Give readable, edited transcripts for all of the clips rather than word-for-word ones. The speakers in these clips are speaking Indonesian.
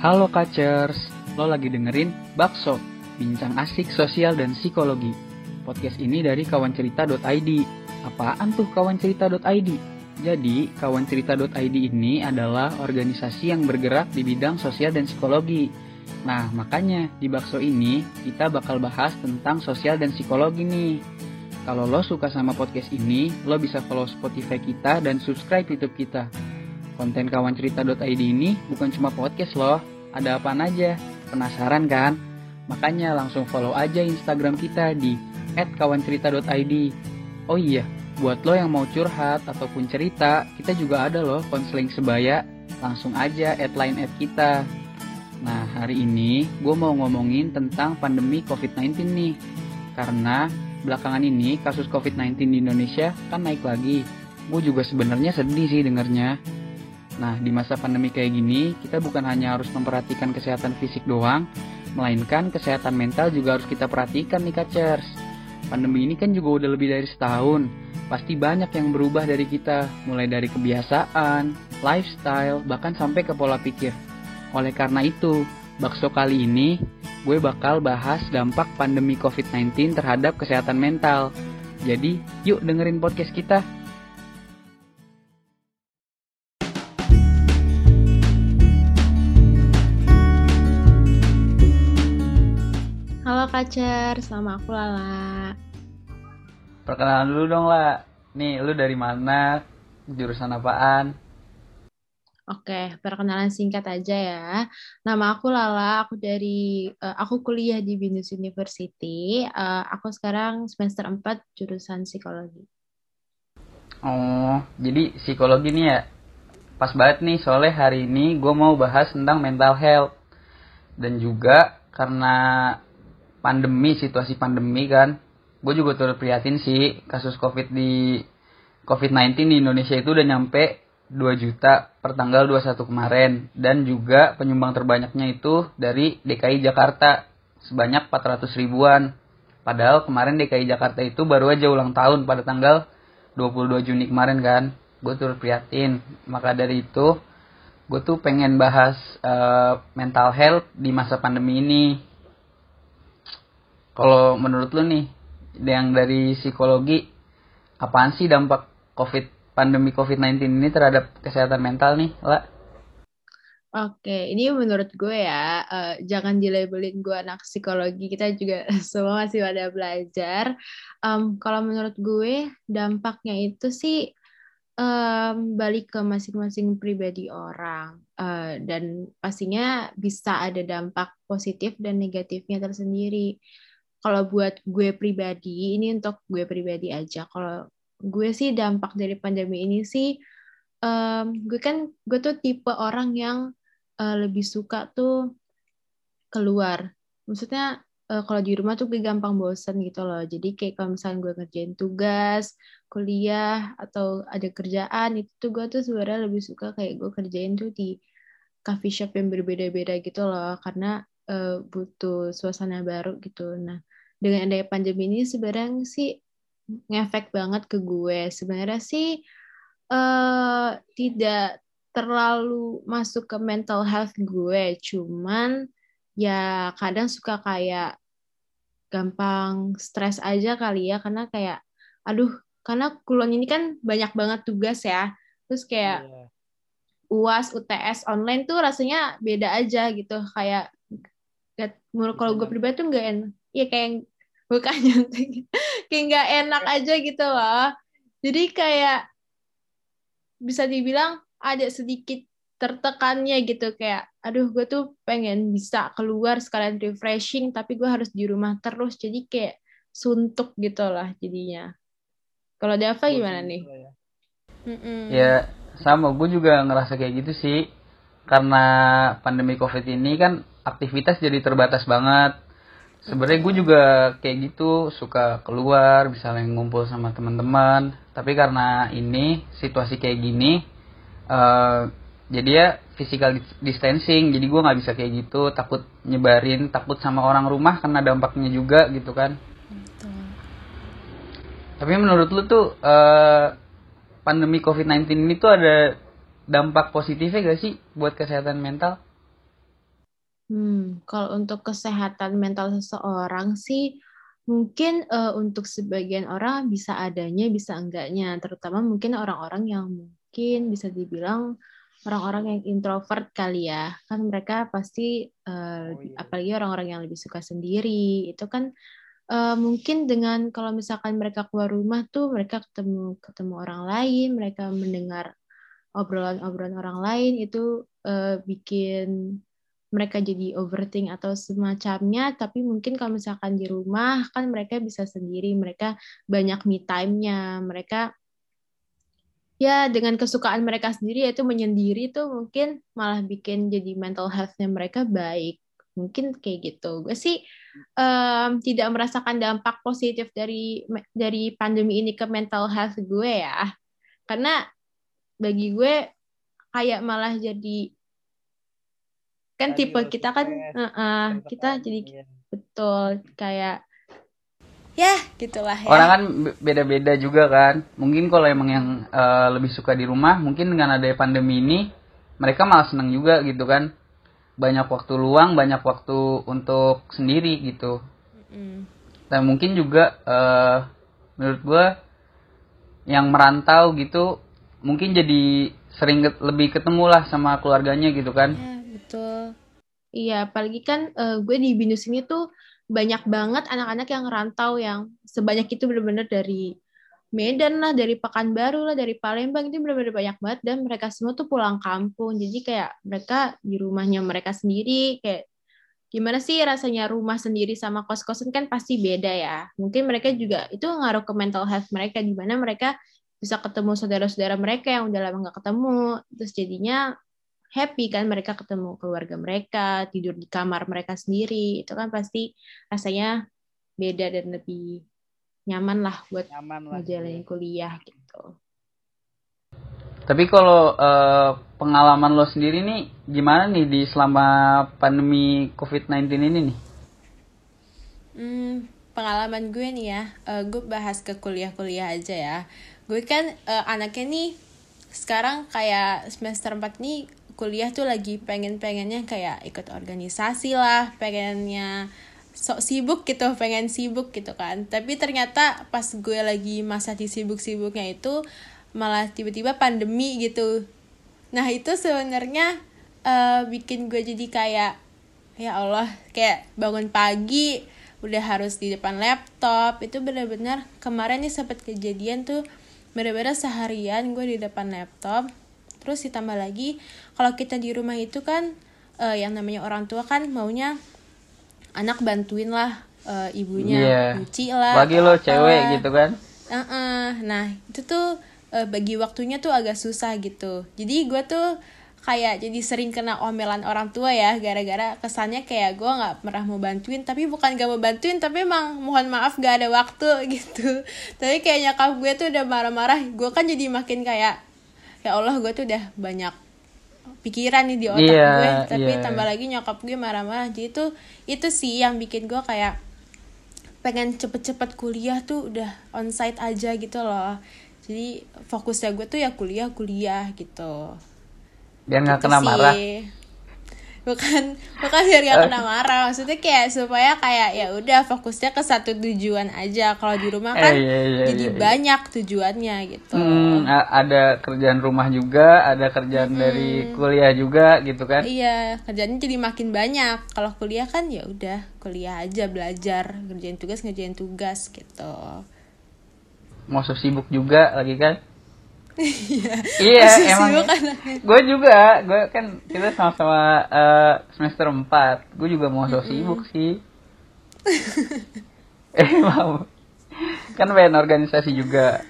Halo Kacers, lo lagi dengerin Bakso, bincang asik sosial dan psikologi. Podcast ini dari kawancerita.id. Apaan tuh kawancerita.id? Jadi, kawancerita.id ini adalah organisasi yang bergerak di bidang sosial dan psikologi. Nah, makanya di Bakso ini kita bakal bahas tentang sosial dan psikologi nih. Kalau lo suka sama podcast ini, lo bisa follow Spotify kita dan subscribe YouTube kita. Konten kawancerita.id ini bukan cuma podcast loh, ada apaan aja? Penasaran kan? Makanya langsung follow aja Instagram kita di @kawancerita.id. Oh iya, buat lo yang mau curhat ataupun cerita, kita juga ada loh konseling sebaya. Langsung aja line kita. Nah, hari ini gue mau ngomongin tentang pandemi COVID-19 nih. Karena belakangan ini kasus COVID-19 di Indonesia kan naik lagi. Gue juga sebenarnya sedih sih dengarnya. Nah, di masa pandemi kayak gini, kita bukan hanya harus memperhatikan kesehatan fisik doang, melainkan kesehatan mental juga harus kita perhatikan nih Kacers. Pandemi ini kan juga udah lebih dari setahun. Pasti banyak yang berubah dari kita, mulai dari kebiasaan, lifestyle, bahkan sampai ke pola pikir. Oleh karena itu, Bakso kali ini, gue bakal bahas dampak pandemi COVID-19 terhadap kesehatan mental. Jadi, yuk dengerin podcast kita. Halo Kacer, sama aku Lala. Perkenalan dulu dong lah. Nih, lu dari mana? Jurusan apaan? Oke, perkenalan singkat aja ya. Nama aku Lala, aku kuliah di Binus University. Aku sekarang semester 4 jurusan psikologi. Oh, jadi psikologi nih ya. Pas banget nih, soalnya hari ini gue mau bahas tentang mental health. Dan juga karena situasi pandemi kan, gue juga turut prihatin sih kasus COVID-19 di Indonesia itu udah nyampe 2 juta per tanggal 21 kemarin. Dan juga penyumbang terbanyaknya itu dari DKI Jakarta sebanyak 400 ribuan. Padahal kemarin DKI Jakarta itu baru aja ulang tahun pada tanggal 22 Juni kemarin kan. Gue turut prihatin. Maka dari itu gue tuh pengen bahas mental health di masa pandemi ini. Kalau menurut lu nih, yang dari psikologi, apaan sih dampak pandemi COVID-19 ini terhadap kesehatan mental nih, La? Oke, ini menurut gue ya, jangan dilabelin gue anak psikologi, kita juga semua masih pada belajar. Kalau menurut gue, dampaknya itu sih balik ke masing-masing pribadi orang. Dan pastinya bisa ada dampak positif dan negatifnya tersendiri. Kalau buat gue pribadi, ini untuk gue pribadi aja. Kalau gue sih dampak dari pandemi ini sih, gue tuh tipe orang yang lebih suka tuh keluar. Maksudnya kalau di rumah tuh gue gampang bosen gitu loh. Jadi kayak kalau misalnya gue ngerjain tugas, kuliah, atau ada kerjaan, itu tuh gue tuh sebenarnya lebih suka kayak gue kerjain tuh di coffee shop yang berbeda-beda gitu loh. Karena butuh suasana baru gitu. Nah, dengan adanya pandemi ini sebenarnya sih ngefek banget ke gue. Sebenarnya sih tidak terlalu masuk ke mental health gue, cuman ya kadang suka kayak gampang stres aja kali ya, karena kayak aduh, karena kulon ini kan banyak banget tugas ya, terus kayak UAS, UTS online tuh rasanya beda aja gitu, kayak kalau gue pribadi tuh nggak enak, ya kayak bukannya kayak nggak enak aja gitu loh, jadi kayak bisa dibilang ada sedikit tertekannya gitu, kayak aduh gue tuh pengen bisa keluar sekalian refreshing tapi gue harus di rumah terus, jadi kayak suntuk gitu lah jadinya. Kalau Dava gimana nih? Ya, sama, gue juga ngerasa kayak gitu sih. Karena pandemi COVID ini kan aktivitas jadi terbatas banget. Sebenarnya gue juga kayak gitu, suka keluar, misalnya ngumpul sama teman-teman. Tapi karena ini situasi kayak gini, jadi ya physical distancing. Jadi gue nggak bisa kayak gitu, takut nyebarin, takut sama orang rumah karena dampaknya juga gitu kan. Tapi menurut lu tuh pandemi COVID-19 ini tuh ada dampak positifnya gak sih buat kesehatan mental? Kalau untuk kesehatan mental seseorang sih mungkin untuk sebagian orang bisa adanya, bisa enggaknya. Terutama mungkin orang-orang yang mungkin bisa dibilang orang-orang yang introvert kali ya. Kan mereka pasti, apalagi orang-orang yang lebih suka sendiri, itu kan mungkin dengan kalau misalkan mereka keluar rumah tuh mereka ketemu ketemu orang lain, mereka mendengar obrolan-obrolan orang lain itu bikin mereka jadi overthink atau semacamnya, tapi mungkin kalau misalkan di rumah kan mereka bisa sendiri, mereka banyak me time-nya, mereka ya dengan kesukaan mereka sendiri yaitu menyendiri tuh mungkin malah bikin jadi mental health-nya mereka baik. Mungkin kayak gitu. Gue sih tidak merasakan dampak positif dari pandemi ini ke mental health gue ya. Karena bagi gue kayak malah jadi kan tipe kita kan kita jadi betul kayak ya gitulah ya. Orang kan beda-beda juga kan. Mungkin kalau emang yang lebih suka di rumah, mungkin dengan adanya pandemi ini mereka malah seneng juga gitu kan. Banyak waktu luang, banyak waktu untuk sendiri gitu. Dan mungkin juga menurut gue yang merantau gitu mungkin jadi sering lebih ketemu lah sama keluarganya gitu kan. Ya, betul. Iya, apalagi kan gue di BINUS ini tuh banyak banget anak-anak yang rantau yang sebanyak itu benar-benar dari Medan lah, dari Pekanbaru lah, dari Palembang itu benar-benar banyak banget dan mereka semua tuh pulang kampung. Jadi kayak mereka di rumahnya mereka sendiri kayak gimana sih rasanya rumah sendiri sama kos-kosan kan pasti beda ya. Mungkin mereka juga itu ngaruh ke mental health mereka di mana mereka bisa ketemu saudara-saudara mereka yang udah lama nggak ketemu. Terus jadinya happy kan mereka ketemu keluarga mereka, tidur di kamar mereka sendiri. Itu kan pasti rasanya beda dan lebih nyaman lah buat ngejalanin kuliah gitu. Tapi kalau pengalaman lo sendiri nih gimana nih di selama pandemi COVID-19 ini nih? Pengalaman gue nih ya, gue bahas ke kuliah-kuliah aja ya. Gue kan anaknya nih sekarang kayak semester 4 nih kuliah tuh lagi pengen-pengennya kayak ikut organisasi lah, pengennya sok sibuk gitu, pengen sibuk gitu kan. Tapi ternyata pas gue lagi masa disibuk-sibuknya itu malah tiba-tiba pandemi gitu. Nah itu sebenarnya bikin gue jadi kayak ya Allah, kayak bangun pagi udah harus di depan laptop. Itu benar-benar kemarin nih sempat kejadian tuh benar-benar seharian gue di depan laptop. Terus ditambah lagi kalau kita di rumah itu kan yang namanya orang tua kan maunya anak bantuin lah ibunya nyuci lah. Bagi lo cewek gitu kan. Nah itu tuh bagi waktunya tuh agak susah gitu. Jadi gue tuh kayak jadi sering kena omelan orang tua ya, gara-gara kesannya kayak gue nggak pernah mau bantuin, tapi bukan gak mau bantuin, tapi emang mohon maaf gak ada waktu gitu. Tapi kayak nyokap gue tuh udah marah-marah, gue kan jadi makin kayak ya Allah, gue tuh udah banyak pikiran nih di otak gue, tapi tambah lagi nyokap gue marah-marah. Jadi tuh itu sih yang bikin gue kayak pengen cepet-cepet kuliah tuh udah onsite aja gitu loh. Jadi fokusnya gue tuh ya kuliah gitu. Biar nggak kena marah. Bukan biar nggak kena marah, maksudnya kayak supaya kayak ya udah fokusnya ke satu tujuan aja. Kalau di rumah kan jadi banyak tujuannya gitu. Ada kerjaan rumah juga, ada kerjaan dari kuliah juga gitu kan. Iya, kerjaannya jadi makin banyak. Kalau kuliah kan ya udah kuliah aja, belajar, ngerjain tugas gitu. Mau sibuk juga lagi kan. Iya emang gue juga, gue kan kita sama-sama semester 4, gue juga mau sibuk sih. Mau kan pengen organisasi juga.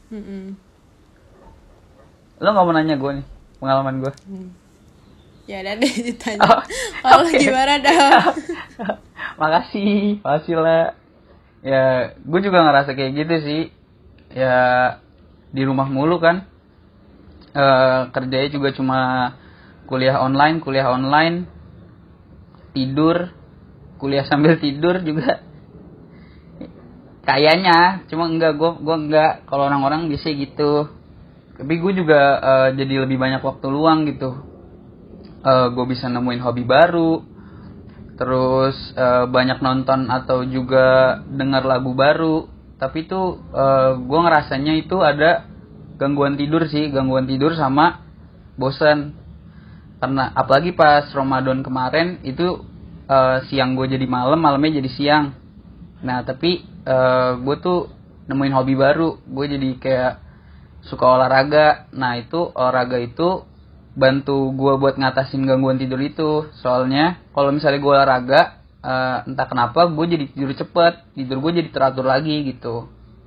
Lo nggak mau nanya gue nih pengalaman gue? Ya udah deh ditanya. Kalau gimana dah? Makasih lah. Ya gue juga ngerasa kayak gitu sih. Ya di rumah mulu kan, kerjanya juga cuma kuliah online, tidur, kuliah sambil tidur juga kayaknya. Cuma gue enggak, kalau orang-orang bisa gitu. Tapi gue juga jadi lebih banyak waktu luang gitu. Gue bisa nemuin hobi baru, terus banyak nonton atau juga dengar lagu baru. Tapi itu gue ngerasanya itu ada gangguan tidur sama bosan. Karena apalagi pas Ramadan kemarin itu siang gue jadi malam, malamnya jadi siang. Nah tapi gue tuh nemuin hobi baru, gue jadi kayak suka olahraga. Nah itu olahraga itu bantu gue buat ngatasin gangguan tidur itu. Soalnya kalau misalnya gue olahraga, entah kenapa gue jadi tidur cepet, tidur gue jadi teratur lagi gitu.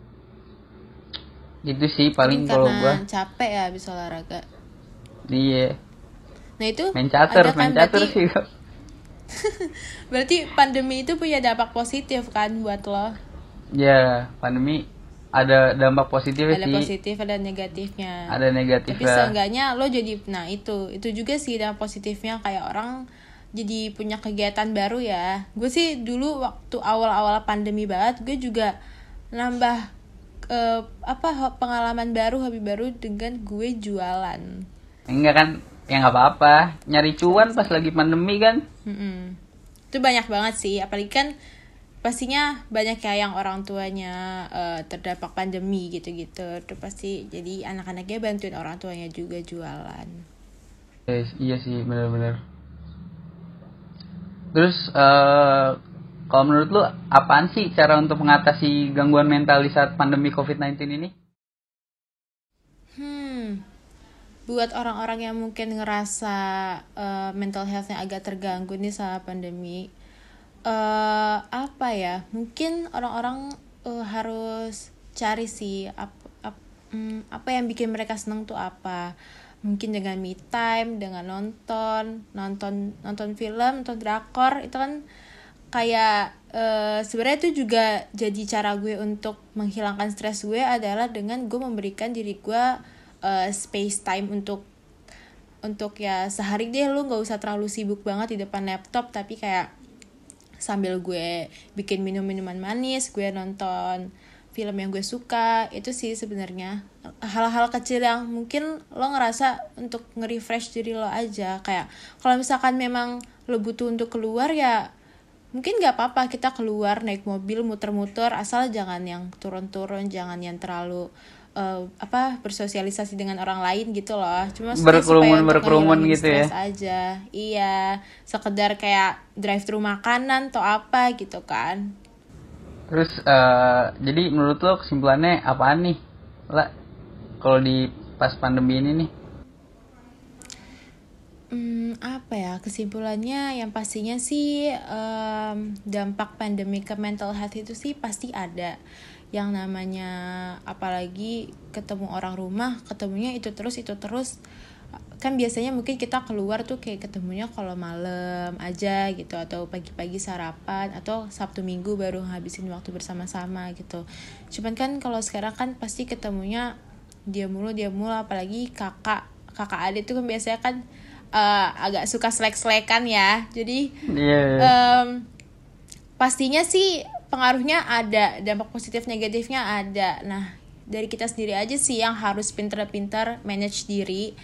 Gitu sih paling kalau gue. Karena capek ya habis olahraga. Iya. Nah itu main catur berarti, sih. Berarti pandemi itu punya dampak positif kan buat lo? Ya, pandemi ada dampak positifnya ada sih. Ada positif, ada negatifnya. Ada negatifnya. Tapi seenggaknya lo jadi, nah itu juga sih dampak positifnya, kayak orang jadi punya kegiatan baru ya. Gue sih dulu waktu awal-awal pandemi banget, gue juga nambah pengalaman baru, hobi baru dengan gue jualan. Enggak kan, ya nggak apa-apa. Nyari cuan pas lagi pandemi kan. Itu banyak banget sih, apalagi kan pastinya banyak ya yang orang tuanya terdampak pandemi gitu-gitu. Itu pasti jadi anak-anaknya bantuin orang tuanya juga jualan. Iya sih, benar-benar. Terus kalau menurut lu apaan sih cara untuk mengatasi gangguan mental di saat pandemi COVID-19 ini? Buat orang-orang yang mungkin ngerasa mental health-nya agak terganggu nih sama pandemi, apa ya? Mungkin orang-orang harus cari sih apa yang bikin mereka seneng tuh apa. Mungkin dengan me time, dengan nonton film, nonton drakor, itu kan kayak sebenarnya itu juga jadi cara gue untuk menghilangkan stres gue adalah dengan gue memberikan diri gue space time untuk ya sehari deh lu nggak usah terlalu sibuk banget di depan laptop, tapi kayak sambil gue bikin minuman manis, gue nonton film yang gue suka. Itu sih sebenarnya hal-hal kecil yang mungkin lo ngerasa untuk nge-refresh diri lo aja. Kayak kalau misalkan memang lo butuh untuk keluar, ya mungkin nggak apa-apa kita keluar naik mobil muter-muter, asal jangan yang turun-turun, jangan yang terlalu bersosialisasi dengan orang lain gitu loh. Cuma berkerumun gitu ya aja. Iya, sekedar kayak drive thru makanan atau apa gitu kan. Terus jadi menurut lo kesimpulannya apaan nih lah kalau di pas pandemi ini nih? Apa ya kesimpulannya? Yang pastinya sih dampak pandemi ke mental health itu sih pasti ada. Yang namanya apalagi ketemu orang rumah, ketemunya itu terus kan biasanya mungkin kita keluar tuh kayak ketemunya kalau malam aja gitu, atau pagi-pagi sarapan, atau Sabtu Minggu baru ngabisin waktu bersama-sama gitu. Cuman kan kalau sekarang kan pasti ketemunya dia mulu, apalagi kakak adik tuh kan biasanya kan agak suka selek-selekan ya. Jadi pastinya sih pengaruhnya ada, dampak positif negatifnya ada. Nah, dari kita sendiri aja sih yang harus pintar-pintar manage diri.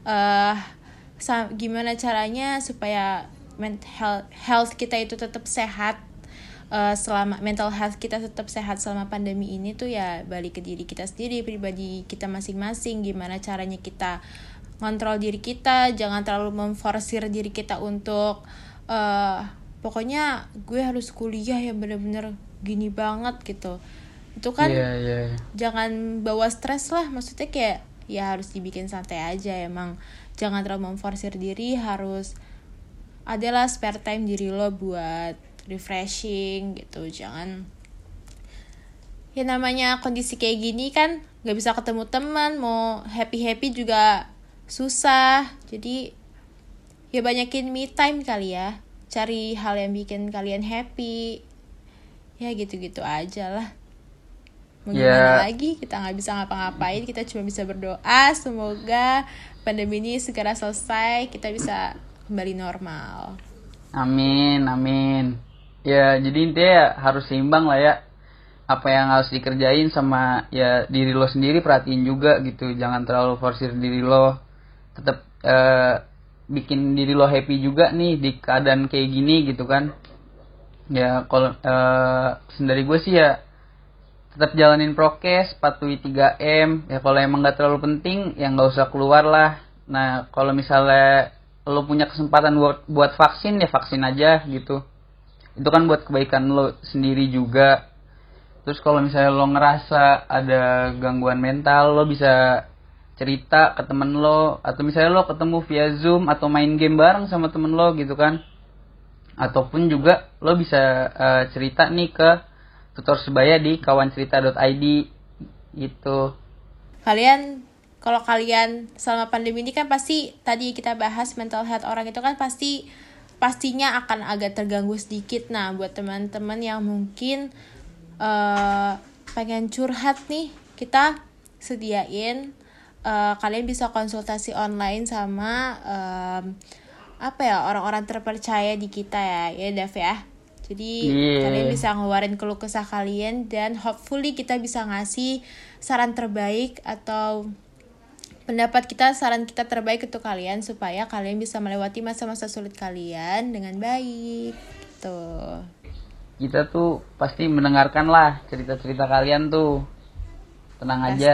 Gimana caranya supaya health kita itu tetap sehat, selama mental health kita tetap sehat selama pandemi ini tuh ya balik ke diri kita sendiri, pribadi kita masing-masing. Gimana caranya kita ngontrol diri kita, jangan terlalu memforsir diri kita untuk pokoknya gue harus kuliah yang benar-benar gini banget gitu. Itu kan jangan bawa stres lah, maksudnya kayak ya harus dibikin santai aja. Emang jangan terlalu memforsir diri, harus adalah spare time diri lo buat refreshing gitu. Jangan, ya namanya kondisi kayak gini kan gak bisa ketemu teman, mau happy juga susah. Jadi ya banyakin me time kali ya, cari hal yang bikin kalian happy. Ya gitu-gitu aja lah. Mau gimana lagi, kita gak bisa ngapa-ngapain, kita cuma bisa berdoa semoga pandemi ini segera selesai, kita bisa kembali normal. Amin. Ya jadi intinya ya harus seimbang lah ya, apa yang harus dikerjain sama ya diri lo sendiri perhatiin juga gitu. Jangan terlalu forsir diri lo, tetap bikin diri lo happy juga nih di keadaan kayak gini gitu kan. Ya kalau dari gue sih ya tetap jalanin prokes, patuhi 3M. Ya kalau emang gak terlalu penting ya gak usah keluar lah. Nah kalau misalnya lo punya kesempatan buat vaksin ya vaksin aja gitu. Itu kan buat kebaikan lo sendiri juga. Terus kalau misalnya lo ngerasa ada gangguan mental, lo bisa cerita ke temen lo, atau misalnya lo ketemu via Zoom atau main game bareng sama temen lo gitu kan. Ataupun juga lo bisa cerita nih ke tutor sebaya di kawancerita.id gitu. Kalau kalian selama pandemi ini kan pasti tadi kita bahas mental health orang itu kan pastinya akan agak terganggu sedikit. Nah buat teman-teman yang mungkin pengen curhat nih, kita sediain kalian bisa konsultasi online sama orang-orang terpercaya di kita ya Dav ya. Jadi kalian bisa ngeluarin keluh kesah kalian dan hopefully kita bisa ngasih saran terbaik atau saran kita terbaik untuk kalian supaya kalian bisa melewati masa-masa sulit kalian dengan baik gitu. Kita tuh pasti mendengarkan lah cerita-cerita kalian tuh. Tenang aja.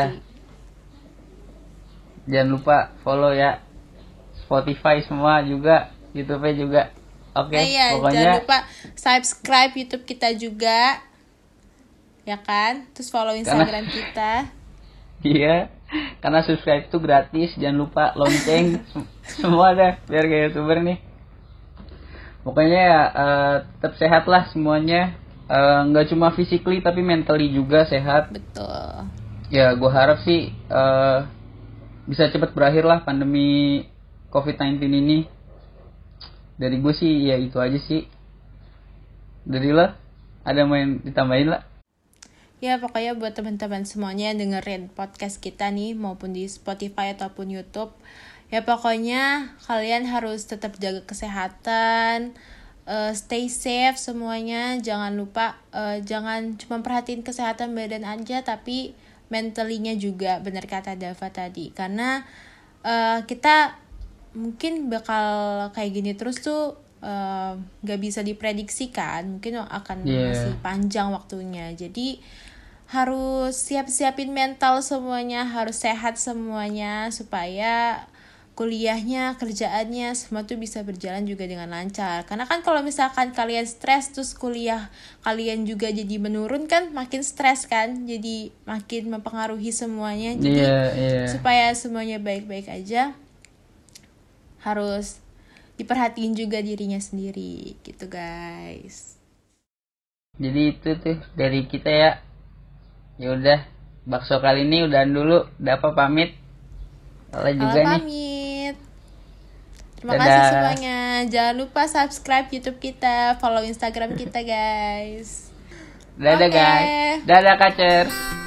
Jangan lupa follow ya Spotify semua juga, YouTube-nya juga. Oke, pokoknya jangan lupa subscribe YouTube kita juga. Ya kan? Terus follow Instagram kita. Iya, karena subscribe itu gratis. Jangan lupa lonceng semua deh biar kayak YouTuber nih. Pokoknya ya tetap sehat lah semuanya. Nggak cuma physically tapi mentally juga sehat. Betul. Ya gue harap sih bisa cepat berakhir lah pandemi COVID-19 ini. Dari gue sih ya itu aja sih. Dari lo ada yang ditambahin lah? Ya pokoknya buat teman-teman semuanya yang dengerin podcast kita nih maupun di Spotify ataupun YouTube, ya pokoknya kalian harus tetap jaga kesehatan, stay safe semuanya. Jangan lupa jangan cuma perhatiin kesehatan badan aja tapi mentally-nya juga, benar kata Dava tadi. Karena kita mungkin bakal kayak gini terus tuh gak bisa diprediksikan, mungkin akan masih panjang waktunya. Jadi harus siapin mental semuanya, harus sehat semuanya supaya kuliahnya, kerjaannya semua tuh bisa berjalan juga dengan lancar. Karena kan kalau misalkan kalian stres terus kuliah kalian juga jadi menurun kan makin stres kan, jadi makin mempengaruhi semuanya. Jadi supaya semuanya baik-baik aja harus diperhatiin juga dirinya sendiri gitu guys. Jadi itu tuh dari kita ya. Ya udah, bakso kali ini udahan dulu. Dapa pamit. Lala juga pamit. Terima kasih semuanya. Jangan lupa subscribe YouTube kita, follow Instagram kita guys. Dadah guys. Dadah kacers.